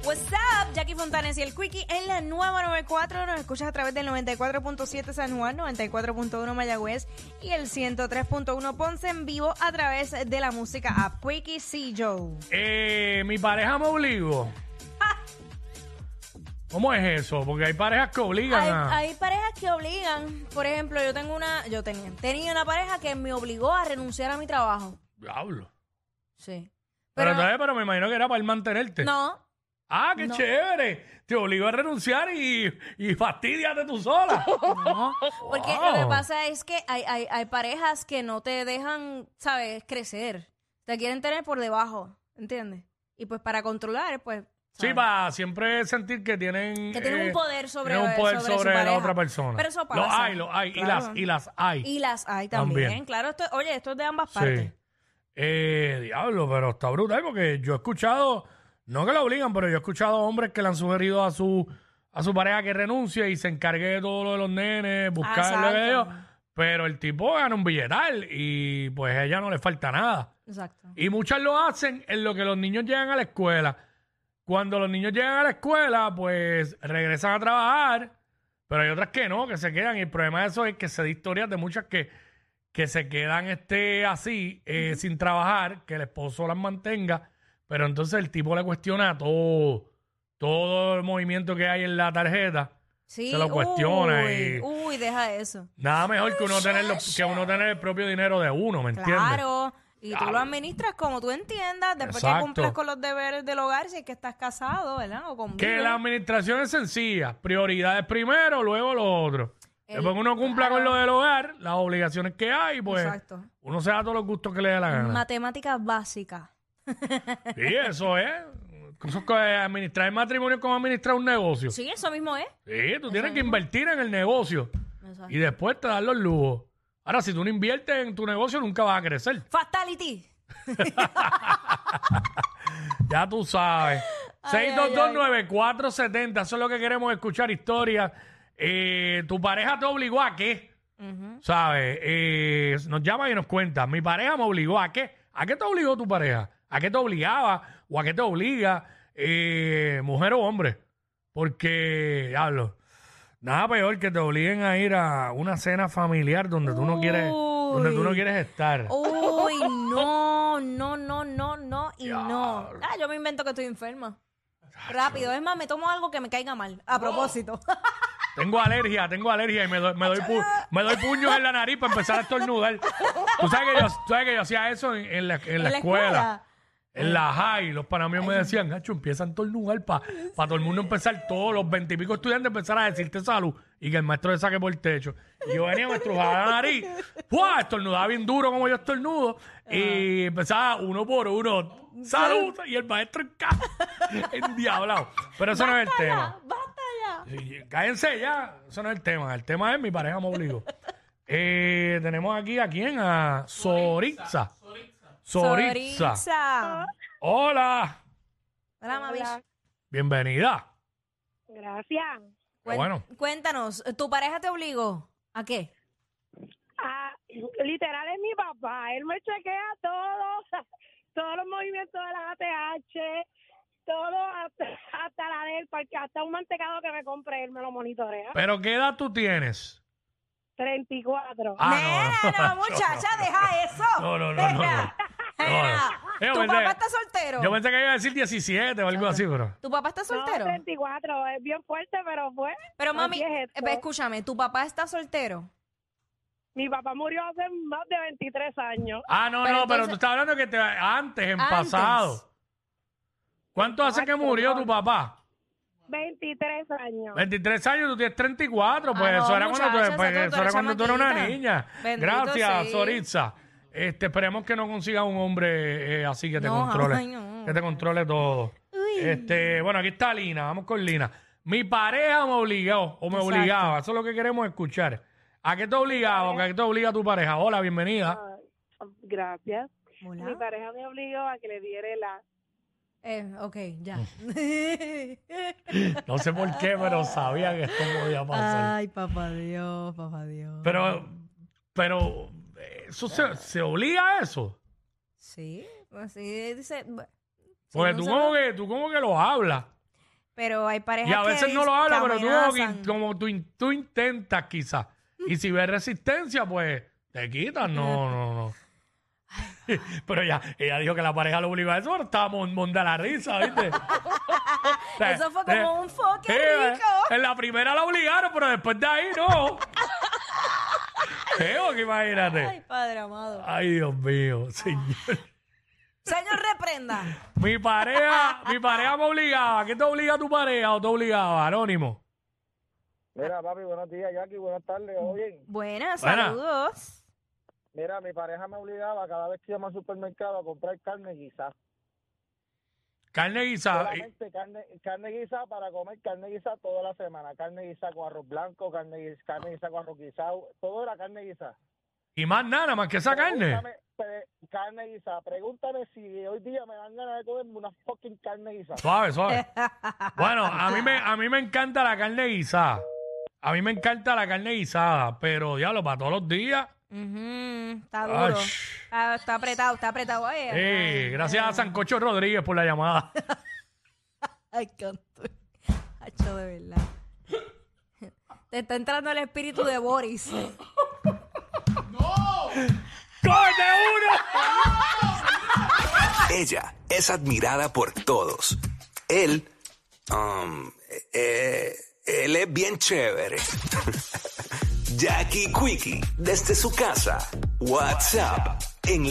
What's up, Jackie Fontanes y el Quickie en la nueva 94. Nos escuchas a través del 94.7 San Juan, 94.1 Mayagüez y el 103.1 Ponce en vivo a través de la música app. Quickie, sí, Joe. Mi pareja me obligó. ¿Cómo es eso? Porque hay parejas que obligan Hay parejas que obligan. Por ejemplo, tenía una pareja que me obligó a renunciar a mi trabajo. Diablo. Sí. Pero me imagino que era para él mantenerte. No. Ah, qué chévere. Te obligó a renunciar y fastidiate tú sola. No, porque Wow. lo que pasa es que hay parejas que no te dejan, ¿sabes?, crecer. Te quieren tener por debajo, ¿entiendes? Y pues para controlar, pues... Sí, ¿sabes? para siempre sentir que tienen... Que tienen un poder sobre sobre su la pareja. otra persona. Pero eso pasa. Los hay. Claro. Y las hay. Y las hay también. Claro, esto es de ambas partes. Sí. Diablo, pero está brutal porque yo he escuchado... No que lo obligan, pero yo he escuchado hombres que le han sugerido a su pareja que renuncie y se encargue de todo lo de los nenes, buscarle de ellos. Pero el tipo gana un billetal y pues a ella no le falta nada. Exacto. Y muchas lo hacen en lo que los niños llegan a la escuela. Cuando los niños llegan a la escuela, pues regresan a trabajar, pero hay otras que no, que se quedan. Y el problema de eso es que se da historias de muchas que se quedan así, sin trabajar, que el esposo las mantenga. Pero entonces el tipo le cuestiona todo el movimiento que hay en la tarjeta. Sí, Se lo cuestiona Uy, deja eso. Nada mejor que uno tener el propio dinero de uno, ¿me entiendes? Claro. Y tú lo administras como tú entiendas, después que Exacto. cumplas con los deberes del hogar, si es que estás casado, ¿verdad? O convives. Que la administración es sencilla. Prioridades primero, luego lo otro. Después que uno cumpla con lo del hogar, las obligaciones que hay, pues Exacto. uno se da todos los gustos que le dé la gana. Matemáticas básicas. Sí, eso es. Eso es que administrar el matrimonio es como administrar un negocio. Sí, eso mismo es. Sí, tú tienes que invertir en el negocio. Exacto. Y después te dan los lujos. Ahora, si tú no inviertes en tu negocio, nunca vas a crecer. Fatality. Ya tú sabes. Ay, 6229470. Eso es lo que queremos escuchar, historias. ¿Tu pareja te obligó a qué? ¿Sabes? Nos llama y nos cuenta. Mi pareja me obligó a qué. ¿A qué te obligó tu pareja? ¿A qué te obligaba? ¿O a qué te obliga? Mujer o hombre. Porque, diablo, nada peor que te obliguen a ir a una cena familiar donde tú no quieres estar. Uy, no y no. Diablo. Yo me invento que estoy enferma. Rápido, es más, me tomo algo que me caiga mal. A propósito. Tengo alergia y me doy puños en la nariz para empezar a estornudar. Tú sabes que yo hacía eso en la escuela. En la high, los panameños me decían, Nacho, empieza a estornudar para todo el mundo empezar, todos los 20 y pico estudiantes empezar a decirte salud y que el maestro le saque por el techo. Y yo venía, me estrujaba la nariz, ¡fua! Estornudaba bien duro como yo estornudo y empezaba uno por uno, salud, y el maestro endiablado. Pero eso no es el tema. ¡Basta ya! Sí, cállense ya, eso no es el tema. El tema es mi pareja me obligó. Tenemos aquí a quién, a Soritza. Soritza. Hola. Hola, mami. Bienvenida. Gracias. Bueno. Cuéntanos, ¿tu pareja te obligó a qué? Literal es mi papá. Él me chequea todos los movimientos de la ATH, todo hasta la del parque, hasta un mantecado que me compré, él me lo monitorea. ¿Pero qué edad tú tienes? 34. No, muchacha, deja eso. No. Deja. ¿Tu papá está soltero? Yo pensé que iba a decir 17 o algo así, pero... ¿Tu papá está soltero? No, 34, es bien fuerte, pero fue. Pero mami, así es esto. escúchame, ¿tu papá está soltero? Mi papá murió hace más de 23 años. No, Pero pero entonces- tú estás hablando que antes, en Antes. pasado. ¿Cuánto hace que murió tu papá? 23 años. 23 años, tú tienes 34, pues no, eso era muchacha, eso era cuando tú eras una chamaquita. niña. Bendito, Gracias, sí. Soritza. Esperemos que no consigas un hombre así que te No, controle. ay, no. Que te controle todo. Bueno, aquí está Lina, vamos con Lina. Mi pareja me obligó o me Exacto. obligaba, eso es lo que queremos escuchar. ¿A qué te obligaba o a qué te obliga tu pareja? Hola, bienvenida. Gracias. Hola. Mi pareja me obligó a que le diera Ok, ya. No sé por qué, pero sabía que esto podía pasar. Ay, papá Dios, papá Dios. Pero ¿eso se obliga a eso? Sí, así dice. Porque sí, tú no sé. como que lo hablas. Pero hay parejas Y a veces que no lo habla, que pero amenazan. como tú intentas quizás. Y si ves resistencia, pues te quitas. No. Pero ella dijo que la pareja lo obligó a eso, pero estábamos monda la risa, ¿viste? O sea, Eso fue como un foque rico. En la primera la obligaron, pero después de ahí no. Que imagínate. Ay, padre amado. Ay, Dios mío, señor. Señor, reprenda. Mi pareja me obligaba. ¿Qué te obliga tu pareja o te obligaba, Anónimo? Mira, papi, buenos días, Jackie, buenas tardes, ¿todo bien? Buenas, Buena. saludos. Mira, mi pareja me obligaba cada vez que íbamos al supermercado a comprar carne guisada. Carne guisada. Solamente carne guisada para comer carne guisada toda la semana. Carne guisada con arroz blanco, carne guisada con arroz guisado, todo era carne guisada. Y más nada, más que esa carne. Carne guisada. Pregúntame si hoy día me dan ganas de comerme una fucking carne guisada. Suave. Bueno, a mí me encanta la carne guisada. A mí me encanta la carne guisada, pero diablo, para todos los días. Está duro. Ay. Está apretado. Ay, Gracias a Sancocho Rodríguez por la llamada. Ay, canto. Hacho, de verdad. Te está entrando el espíritu de Boris. ¡Cógete uno! Ella es admirada por todos. Él es bien chévere. Jackie Quickie, desde su casa. WhatsApp en